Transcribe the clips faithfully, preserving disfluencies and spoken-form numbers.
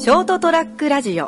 ショートトラックラジオ。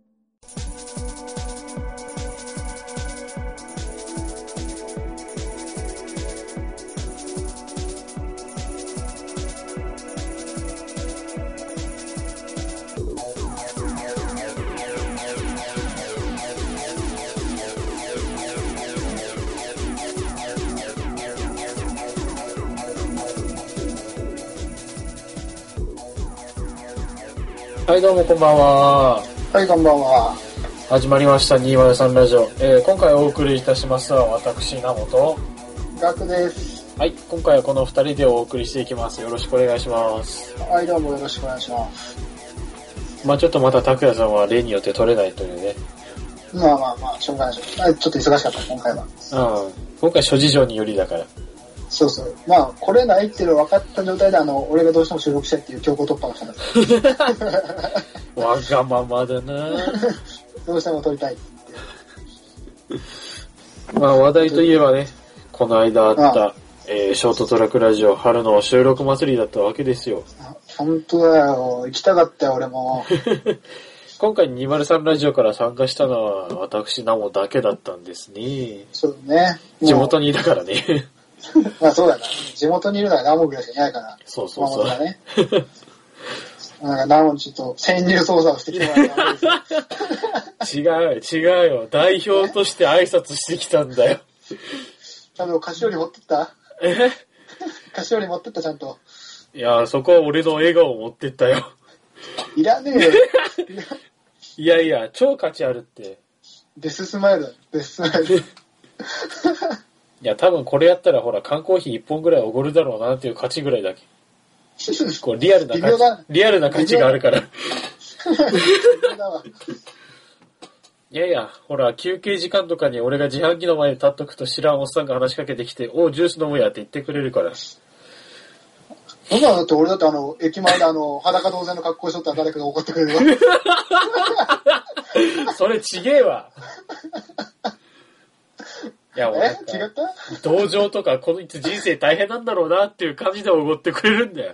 はいどうもこんばんは。 はいこんばんは。 始まりましたにひゃくさんラジオ、えー、今回お送りいたしますは私名本ガクです。 はい、今回はこのふたりでお送りしていきます。よろしくお願いします。 はいどうもよろしくお願いします。 まあちょっとまた拓也さんは例によって取れないというね。 まあまあまあしょうがないでしょう。ちょっと忙しかった今回は。 うん、今回諸事情によりだから。 そうそう。まあ来れないっていうの分かった状態であの俺がどうしても収録したいっていう強行突破をしたんです。 わがままだな。 どうしても撮りたいって。 まあ話題といえばね、この間あった、ああえー、ショートトラックラジオ春の収録祭りだったわけですよ。 本当だよ。行きたかったよ俺も。 今回にひゃくさんラジオから参加したのは私ナモだけだったんですね。 そうね。 地元にいたからね。 まあそうだな。地元にいるのはナモぐらいしかいないから。 そうそうそう。 だね。なんかナモにちょっと潜入捜査をしてきてもらったわけですよ。違う違うよ。代表として挨拶してきたんだよ。 ちゃんと菓子折り持ってった？ え？ 菓子折り持ってったちゃんと。 いやそこは俺の笑顔を持ってったよ。 いらねえよ。 いやいや超価値あるって。 デススマイルだ。デススマイル。 いや多分これやったらほら缶コーヒーいっぽんぐらいおごるだろうなっていう価値ぐらいだけ。こうリアルな価値リアルな価値があるから。いやいやほら休憩時間とかに俺が自販機の前で立っとくと知らんおっさんが話しかけてきて、おうジュース飲むやって言ってくれるから。 そんなのだって俺だってあの駅前であの裸同然の格好しとったら誰かが怒ってくれるわ。 それちげえわ。いやえ違った？ 同情とかこのいつ人生大変なんだろうなっていう感じでおごってくれるんだよ。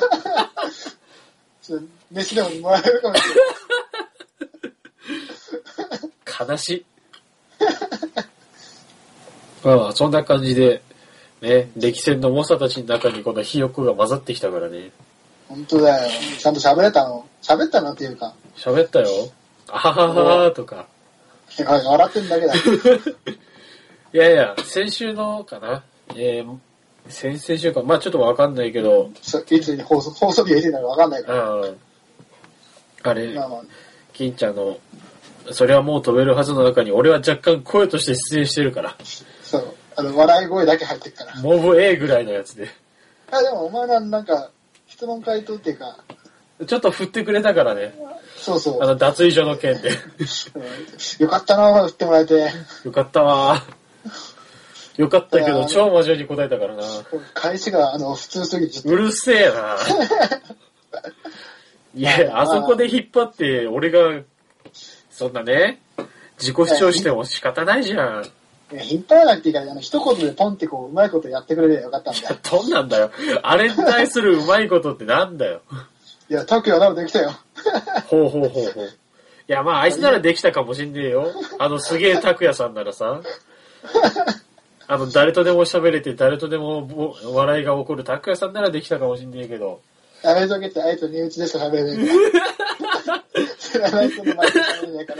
飯でももらえるかもしれない。悲しい。まあそんな感じでね、歴戦の猛者たちの中にこのひよこが混ざってきたからね。 本当だよ。ちゃんと喋れたの？喋ったのっていうか。 喋ったよ。あはははーとか。 笑ってんだけだ。 いやいや、先週のかな、えー、先々週か、まあちょっとわかんないけど。 いつに放送、放送日がいつになるかわかんないから。 ああれ、まあまあ、金ちゃんの、それはもう飛べるはずの中に、俺は若干声として出演してるから。 そう、あの、笑い声だけ入ってるから。 モブ A ぐらいのやつで。 あ、でもお前らなんか、質問回答っていうか。 ちょっと振ってくれたからね。 そうそう。 あの、脱衣所の件で。 よかったな、振ってもらえて。 よかったわ。よかったけど、超真面目に答えたからな。 返しが、あの、普通すぎて。 うるせえな。いや、あそこで引っ張って、俺が、そんなね、自己主張しても仕方ないじゃん。 いや、引っ張らなくていいから、あの、一言でポンってこう、うまいことやってくれればよかったんだよ。 どんなんだよ。あれに対するうまいことってなんだよ。 いや、拓也ならできたよ。 ほうほうほうほう。いや、まあ、あいつならできたかもしんねえよ。あの、すげえ拓也さんならさ。あの、誰とでも喋れて、誰とでも笑いが起こる拓也さんならできたかもしんねえけど。 やめとけって、あいつ身内でしか喋れねえから。知らない人の前で喋れねえから。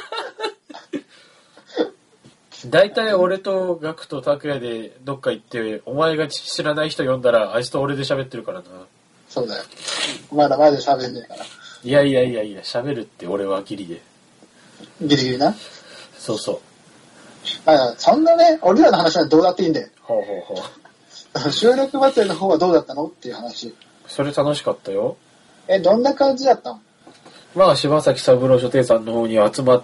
大体俺とガクと拓也でどっか行って、お前が知らない人呼んだら、あいつと俺で喋ってるからな。 そうだよ。お前ら前で喋れねえから。 いやいやいやいや、喋るって俺はギリで。 ギリギリな。 そうそう。 あ、そんなね、俺らの話はどうだっていいんだよ。 ほうほうほう。収録祭りの方はどうだったのっていう話。 それ楽しかったよ。 え、どんな感じだったの？ まあ、柴崎三郎書店さんの方に集まって、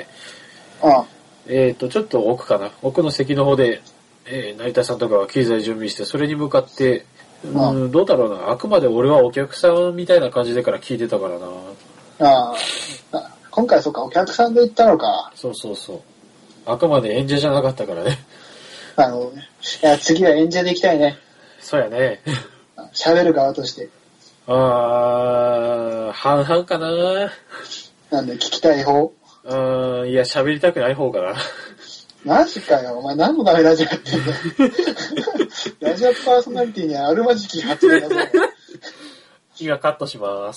ああえっと、ちょっと奥かな。奥の席の方で、えー、成田さんとかが機材準備して、それに向かって、うん、どうだろうな。あくまで俺はお客さんみたいな感じでから聞いてたからな。 ああ。今回そうか、お客さんで行ったのか。 そうそうそう。あくまで演者じゃなかったからね。 あの、いや、次は演者で行きたいね。 そうやね。 喋る側として。 あー、半々かな。 なんで聞きたい方？ うーん、いや、喋りたくない方かな。 マジかよ、お前何のためラジオやってんだよ。ラジオパーソナリティにはあるまじき発言だぞ。 今カットします。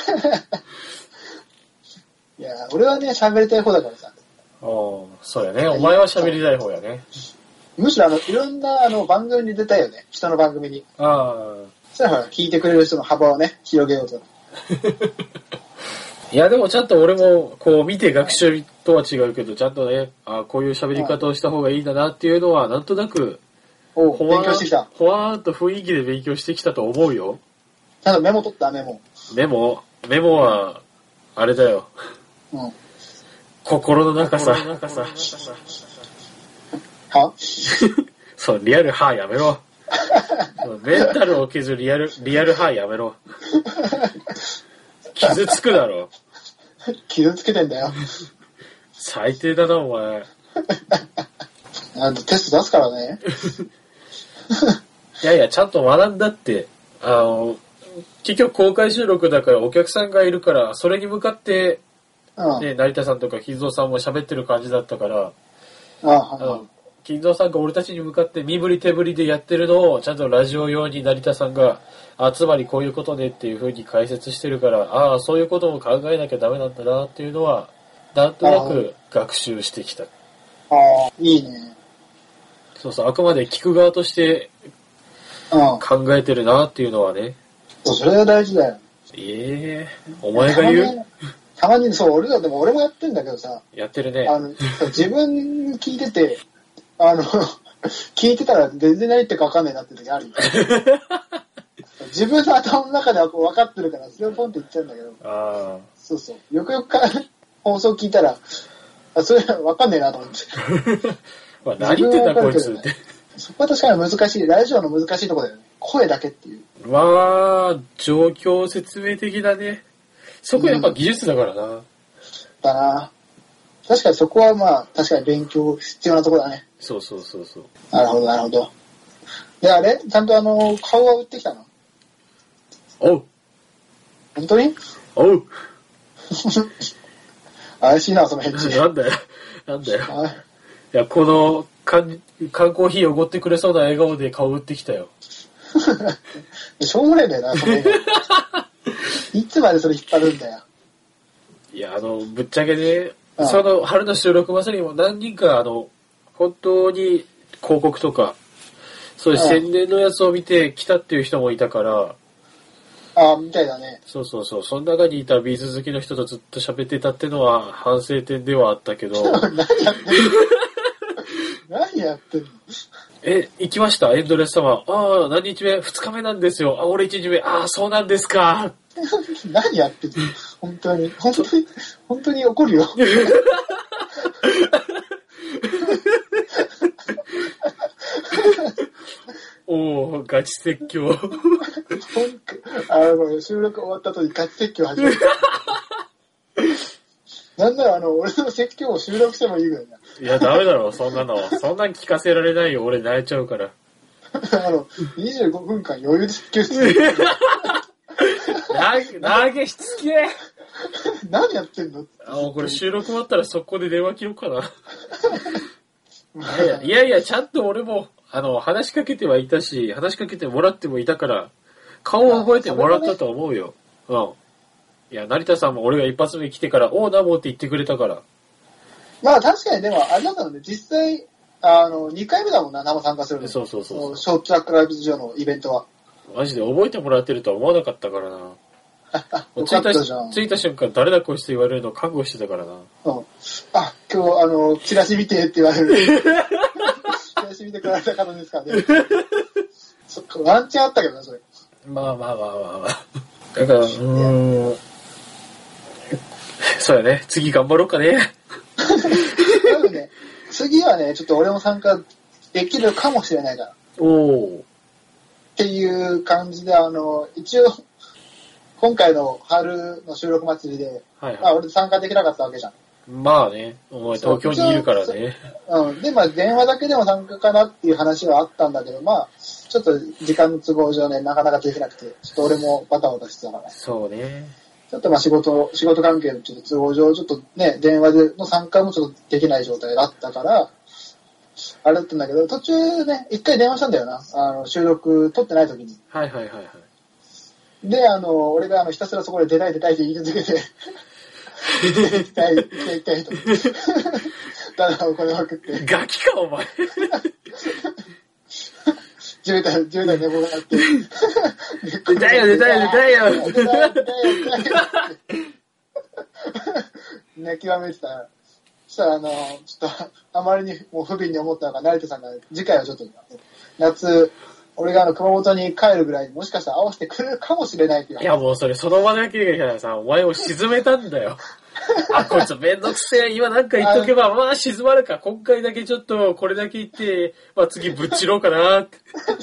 いや、俺はね、喋りたい方だからさ。 おー、そうやね。お前は喋りたい方やね。 むしろあの、いろんなあの番組に出たいよね。人の番組に。 あそしたらほら、聞いてくれる人の幅をね、広げようと。 いや、でもちゃんと俺も、こう、見て学習とは違うけど、ちゃんとね、あこういう喋り方をした方がいいんだなっていうのは、なんとなく、 おほわ勉強してきた。 ほわーっと雰囲気で勉強してきたと思うよ。 ちゃんとメモ取ったメモ。 メモメモは、あれだよ。 うん。 心の中さ。 はそう、リアルはやめろ。メンタルを削るリアル、リアルはやめろ。傷つくだろ。 傷つけてんだよ。 最低だな、お前。 あんたテスト出すからね。 いやいや、ちゃんと学んだって。あの、結局公開収録だからお客さんがいるから、それに向かって、 うん。 ね、成田さんとか金蔵さんも喋ってる感じだったから、 あはいはい。 金蔵さんが俺たちに向かって身振り手振りでやってるのをちゃんとラジオ用に成田さんが、あ、つまりこういうことねっていう風に解説してるから、ああ、そういうことも考えなきゃダメなんだなっていうのは、なんとなく学習してきた。 ああ、いいね。 そうそう、あくまで聞く側としてうん。 考えてるなっていうのはね。 そう、それが大事だよ。 ええー、お前が言うたまに、そう、俺だ、でも俺もやってんだけどさ、 やってるね。 あの、自分聞いてて、あの、聞いてたら全然何言ってるか分かんないなって時あるよ。自分の頭の中ではこう分かってるから、それをポンって言っちゃうんだけど、 あそうそう。よくよくか放送聞いたら、あ、それ分かんねえなと思って。 まあ、何言ってんだこいつって。 そこは確かに難しい。ラジオの難しいところだよね。声だけっていう。 まあ、状況説明的だね。そこやっぱ技術だからな。うん、 だな。確かにそこはまあ、確かに勉強必要なところだね。 そうそうそうそう。 なるほど、なるほど。で、あれちゃんとあの、顔は売ってきたの？ おう。 本当に？ おう。 怪しいな、その返事。 なんだよ。なんだよ。いや、この缶、缶コーヒーおごってくれそうな笑顔で顔売ってきたよ。 しょうもねえんだよな、その笑顔。いつまでそれ引っ張るんだよ。 いや、あの、ぶっちゃけね、 うん、 その春の収録まさにも何人か、あの、本当に広告とか、そういう宣伝のやつを見て来たっていう人もいたから、 ああ、みたいだね。 そうそうそう、その中にいたビーズ好きの人とずっと喋ってたってのは反省点ではあったけど。 何やってんの何やってんのえ、行きましたエンドレス様。ああ、何日目二日目なんですよ。あ、俺一日目。ああ、そうなんですか。 何やってんの本当に、本当に、本当に怒るよ。 おー、ガチ説教。 あの、収録終わった後にガチ説教始めた。なんならあの、俺の説教を収録してもいいぐらいな。 いや、ダメだろ、そんなの。そんなん聞かせられないよ。俺泣いちゃうから。 あの、にじゅうごふんかん余裕で説教してる。 なげしつけ。 何やってんの？ あ、もうこれ収録終わったら速攻で電話切ろうかな。いやいや、いやいや、ちゃんと俺も、あの、話しかけてはいたし、話しかけてもらってもいたから、顔を覚えてもらったと思うよ。ね、うん。いや、成田さんも俺が一発目来てから、おー、ナモって言ってくれたから。 まあ確かにでも、あれだったので、実際、あの、にかいめだもんな、生参加するの。 そうそうそうそう。 ショートトラックライブ上のイベントは。 マジで覚えてもらってるとは思わなかったからな。 よかったじゃん。 着いた瞬間、誰だこいつと言われるの覚悟してたからな。 うん。あ、今日、あの、チラシ見てって言われる。チラシ見てくられた方ですかね。そっか、ワンチャンあったけどな、それ。 まあまあまあまあまあ。だから、うーん。そうやね。次頑張ろうかね。 多分ね、次はね、ちょっと俺も参加できるかもしれないから。 おー。 っていう感じで、あの、一応、今回の春の収録祭りで、 はいはい、 まあ俺参加できなかったわけじゃん。 まあね、お前東京にいるからね。 うん。で、まあ電話だけでも参加かなっていう話はあったんだけど、まあ、ちょっと時間の都合上ね、なかなかできなくて、ちょっと俺もバタバタしてたから。 そうね。 ちょっとまあ仕事、仕事関係のちょっと都合上、ちょっとね、電話での参加もちょっとできない状態だったから、あれだったんだけど、途中ね、一回電話したんだよな。あの、収録撮ってない時に。 はいはいはいはい。 で、あの、俺があの、ひたすらそこで出たい出たいって言い続けて、行きたい、行きたい、行きたいと。ただお金を送って。 ガキか、お前。 じゅう代、じゅう代寝坊があって。 出たいよ、出たいよ、出たいよ。 出たいよ、出たいよ、出たいよ。ね、極めてた。そしたら、あの、ちょっと、あまりにもう不憫に思ったのが、成田さんが、次回はちょっと、夏、俺があの、熊本に帰るぐらいにもしかしたら合わせてくれるかもしれないっていう。 いや、もうそれ、その場だけでさ、お前を沈めたんだよ。あ、こいつめんどくせえ。今なんか言っとけば、まあ沈まるか。今回だけちょっと、これだけ言って、まあ次ぶっちろうかなって。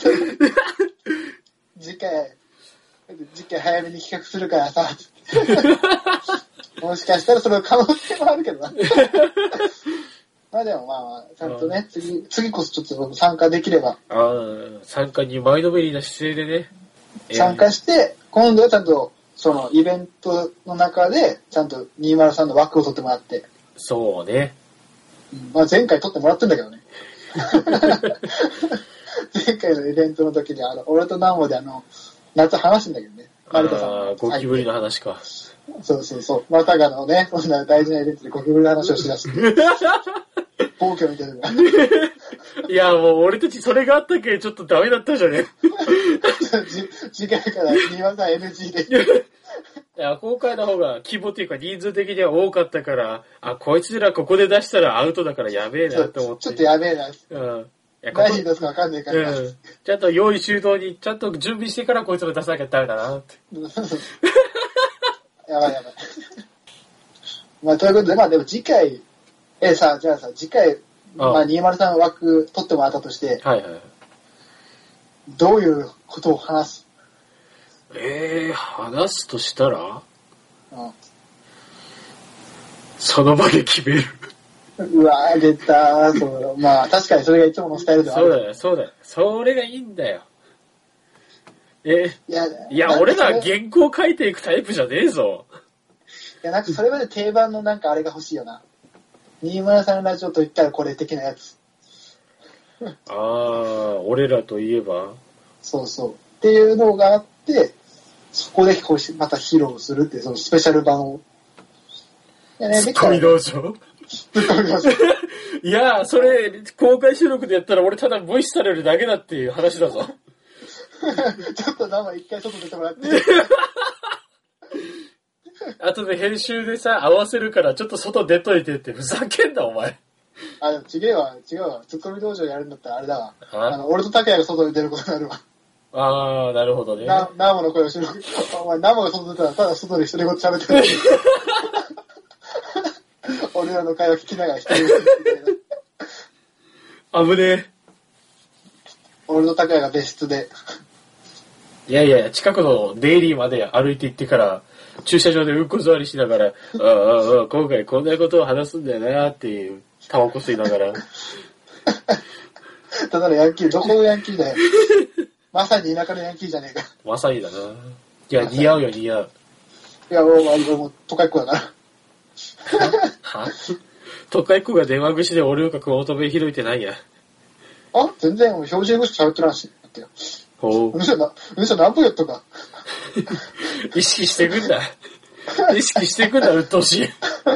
次回、次回早めに企画するからさ。もしかしたらその可能性もあるけどな。まあでもまあまあ、ちゃんとね、次、次こそちょっと参加できれば。 ああ、参加に前のめりな姿勢でね。 参加して、今度はちゃんと、そのイベントの中で、ちゃんとにひゃくさんの枠を取ってもらって。 そうね。 うん、まあ前回取ってもらってんだけどね。前回のイベントの時に、あの、俺とナモであの、夏話してんだけどね。 成田さん。ああ、ゴキブリの話か。 そうそうそう。まさかのね、そんな大事なイベントでゴキブリの話をしだして。暴挙みたいな。 いや、もう俺たちそれがあったけちょっとダメだったじゃね。 次回から庭さん エヌジー で。 いや、今回の方が規模っていうか人数的には多かったから、あ、こいつらここで出したらアウトだからやべえなって思って。 ちょっとやべえな。 うん。いや何出すかわかんないから。 うん。ちゃんと用意周到に、ちゃんと準備してからこいつら出さなきゃダメだなって。 やばいやばい。まあ、ということで、まあでも次回、え、さ、じゃあさ、次回、ああまあにひゃくさん枠取ってもらったとして、 はいはい。 どういうことを話す？ えー、話すとしたら、 うん、 その場で決める。 うわぁ、出たー。そう。まあ、確かにそれがいつものスタイルではある。 そうだよ、そうだよ。それがいいんだよ。えいや、 いや、俺ら原稿書いていくタイプじゃねえぞ。 いや、なんかそれまで定番のなんかあれが欲しいよな。にひゃくさんラジオと言ったらこれ的なやつ。 ああ、俺らといえばそうそう。っていうのがあって、そこでこうまた披露するっていう、そのスペシャル版を。 いやね、ツッコミ道場ツッコミ道場いや、それ、公開収録でやったら俺ただ無視されるだけだっていう話だぞ。 ちょっと生一回外出てもらって。 あとで編集でさ、合わせるからちょっと外出といてってふざけんなお前。 あ、でも違うわ、違うわ。ツッコミ道場やるんだったらあれだわ。あ, あの、俺と拓也が外に出ることになるわ。 あー、なるほどね。 な、生の声を収録。お前生が外出たらただ外で一人ごと喋ってる。俺らの会話聞きながら一人ごとみたいな。 危ねえ。 俺と拓也が別室で。 いやいや、近くのデイリーまで歩いて行ってから、駐車場でうんこ座りしながら、ああ、ああ、今回こんなことを話すんだよなっていう、タバコ吸いながら。 ただのヤンキー、どこのヤンキーだよ。まさに田舎のヤンキーじゃねえか。 まさにだな。いや、似合うよ、似合う。 いや、俺も都会っ子だから。 は都会っ子が電話口で俺よか熊本弁広いてないや。 あ、全然、標準語しか喋ってる話だったよ。 ほう。 うるせえな、うるせえ何分やったか。 意識してくんだ。意識してくんだ、うっとうしい。 い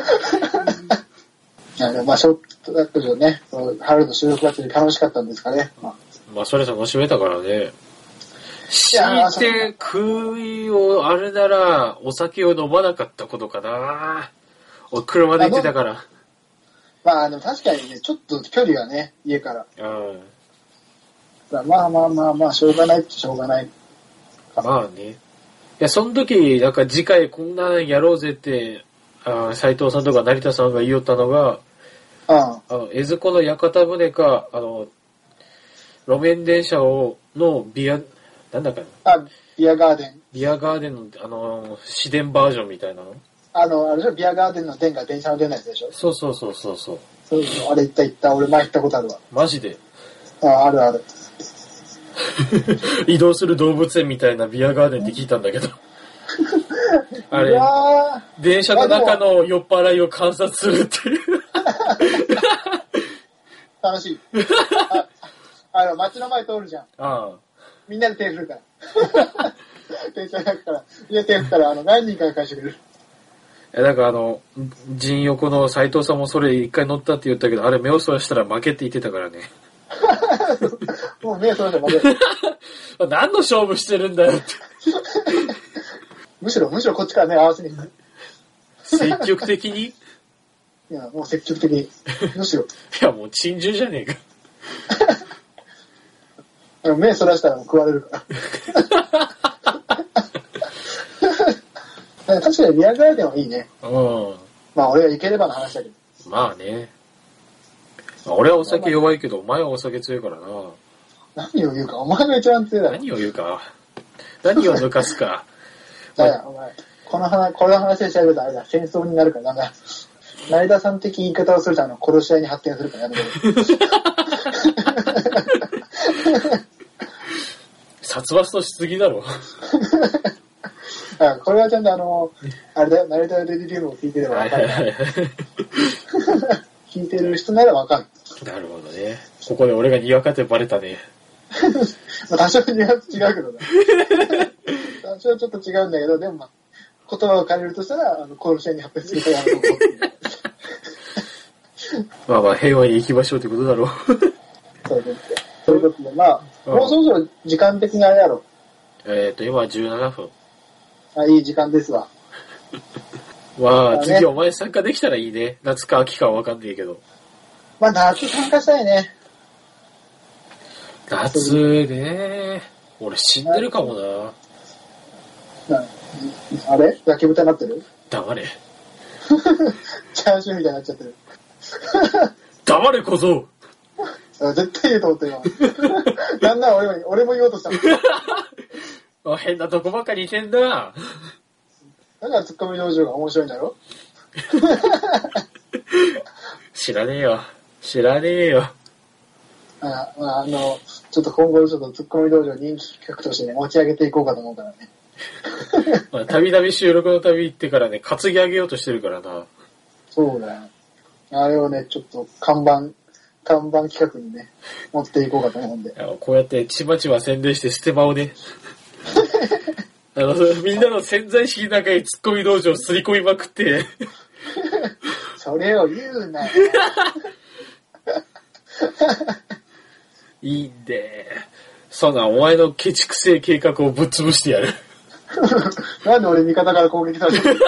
や、でもまあ、ショートだったけどね、春の収録だったり楽しかったんですかね。まあ、 まあ、それ楽しめたからね。強いて食いをあれなら、お酒を飲まなかったことかな。俺、車で行ってたから。 まあ、でも確かにね、ちょっと距離がね、家から。 うん。 まあまあまあまあ、しょうがないってしょうがない。 まあね。いや、その時、なんか次回こんなのやろうぜって、あ斉藤さんとか成田さんが言いよったのが、 うん。 あの、江津湖の屋形船か、あの、路面電車を、のビア、なんだかな。 あ、ビアガーデン。 ビアガーデンの、あの、市電バージョンみたいなの。 あの、あれでしょ、ビアガーデンの電が電車の出ないやつでしょ。 そうそうそうそうそう。 そうそう、あれ行った行った。俺前行ったことあるわ。 マジであ、あるある。 移動する動物園みたいなビアガーデンって聞いたんだけど。あれ、電車の中の酔っ払いを観察するっていう。 楽しい。あ、あの、街の前通るじゃん。 ああ。 みんなで手振るから。電車の中から。みんな手振ったら、あの、何人かが返してくれる。 え、だからあの、陣横の斉藤さんもそれ一回乗ったって言ったけど、あれ目をそらしたら負けって言ってたからね。 もう目をそらしたら負ける。 何の勝負してるんだよって。 むしろ、むしろこっちから目合わせに。 積極的にいや、もう積極的に。むしろ。 いや、もう珍獣じゃねえか。 目そらしたらもう食われるから。確かにビアガーデンはいいね。 うん。 まあ俺は行ければの話だけど。 まあね。俺はお酒弱いけど、お前はお酒強いからな。 何を言うか、お前が一番強いだろ。 何を言うか。何を抜かすか。 だから、お前、この話、この話で調べるとあれだ、戦争になるからダメだ。成田さん的言い方をすると、あの、殺し合いに発展するからやめて。 殺伐としすぎだろ。 あ、これはちゃんとあの、あれだよ、成田レディリウムを聞いてればわかる。聞いてる人ならわかる。 なるほどね。ここで俺がにわかってバレたね。 まあ多少ニュアンス違うけどね。多少ちょっと違うんだけど、でもまあ、言葉を借りるとしたら、あの、殺し合いに発展するからやめとこう。 まあまあ、平和に行きましょうってことだろう。 そういうことで。そういうことで、まあ、うん、もうそろそろ時間的にあれやろ。 えっと、今はじゅうななふん。 あ、いい時間ですわ。 まあ、ね、次お前参加できたらいいね。夏か秋かはわかんないけど。 まあ、夏参加したいね。 夏ね。俺死んでるかもな。 なあれ焼き豚になってる？ 黙れ。 チャーシューみたいになっちゃってる。 黙れ小僧。 絶対言うと思った今。なんなら俺も、俺も言おうとしたもん。変なとこばっかり似てんだ。 だからツッコミ道場が面白いんだろ。 知らねえよ。知らねえよ。 あ, まあ、あの、ちょっと今後ちょっとツッコミ道場人気企画としてね、持ち上げていこうかと思うからね。 まあ、たびたび収録の旅行ってからね、担ぎ上げようとしてるからな。 そうだよ。あれをね、ちょっと看板、看板企画にね、持っていこうかと思うんで。 こうやってちまちま宣伝してステマをね、あの、みんなの潜在意識の中にツッコミ道場をすり込みまくって。 それを言うなよ。 いいんで。そんな、お前のケチくせえ計画をぶっ潰してやる。 なんで俺味方から攻撃されてる？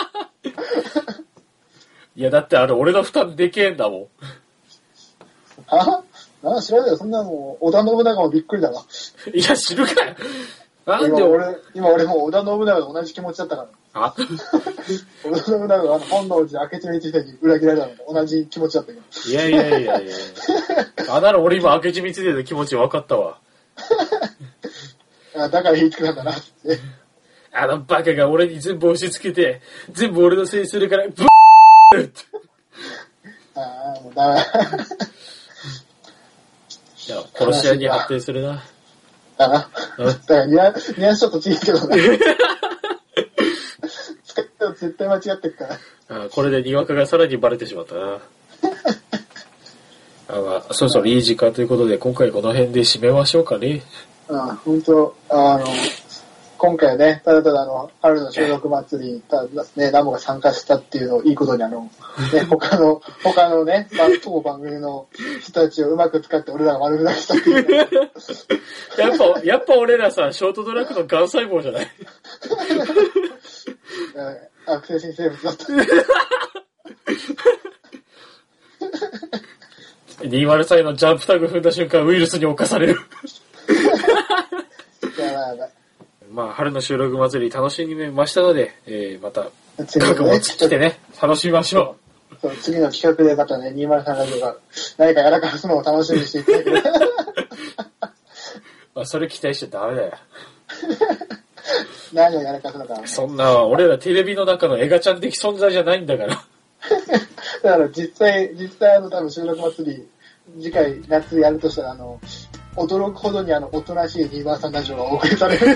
いや、だってあれ俺の負担でけえんだもん。 ああ、知らないよ。そんなもう、織田信長もびっくりだわ。 いや、知るかよ。なんで今俺、今俺もう織田信長と同じ気持ちだったから。 あ織田信長があの本能寺明智光秀に裏切られたのと同じ気持ちだったけど。 いやいやいやいや。あ、なら俺今明智光秀の気持ち分かったわ。 あ、だから言いつけたんだなって。 あのバカが俺に全部押し付けて、全部俺のせいにするから、ブーって。 ああ、もうダメ。 いや、殺し合いに発展するな。 だな。だからニュアンス、ニュアンスちょっと違うけどね。絶対間違ってるから。 あ、これでにわかがさらにバレてしまったな。あ、まあ、そろそろいい時間ということで、今回この辺で締めましょうかね。 あ、本当あの、今回はね、ただただあの、春の収録祭りに、ただね、ナモが参加したっていうのをいいことにあの、ね、他の、他のね、当番組の人たちをうまく使って俺らが悪ふざけしたっていう、ね。 やっぱ、やっぱ俺らさ、ショートドラッグのガン細胞じゃない悪性新生物だった。 にひゃくさんのジャンプタグ踏んだ瞬間ウイルスに侵される。 やばいやばい。 まあ、春の収録祭り楽しみましたので、えー、また、覚悟をつけてね、楽しみましょう。そう、次の企画でまたね、にひゃくさんラジオが何かやらかすのを楽しみにしていただけど。 まあ、それ期待しちゃダメだよ。 何をやらかすのか。 そんな、俺らテレビの中のエガちゃん的存在じゃないんだから。 だから実際、実際あの多分収録祭り、次回夏やるとしたら、あの、驚くほどにあの、おとなしいリバーサンラジオがお送りされる。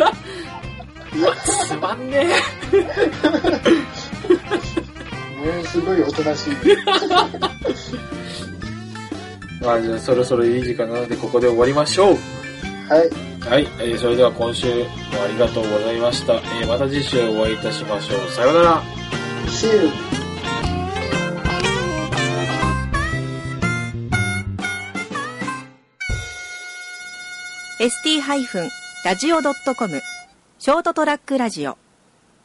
つまんねえ。すごいおとなしい。 まあじゃあそろそろいい時間なのでここで終わりましょう。 はい。 はい、えー、それでは今週もありがとうございました。えー、また次週お会いいたしましょう。さようなら。 See you. エスティー ラジオ ドットコム ショートトラックラジオ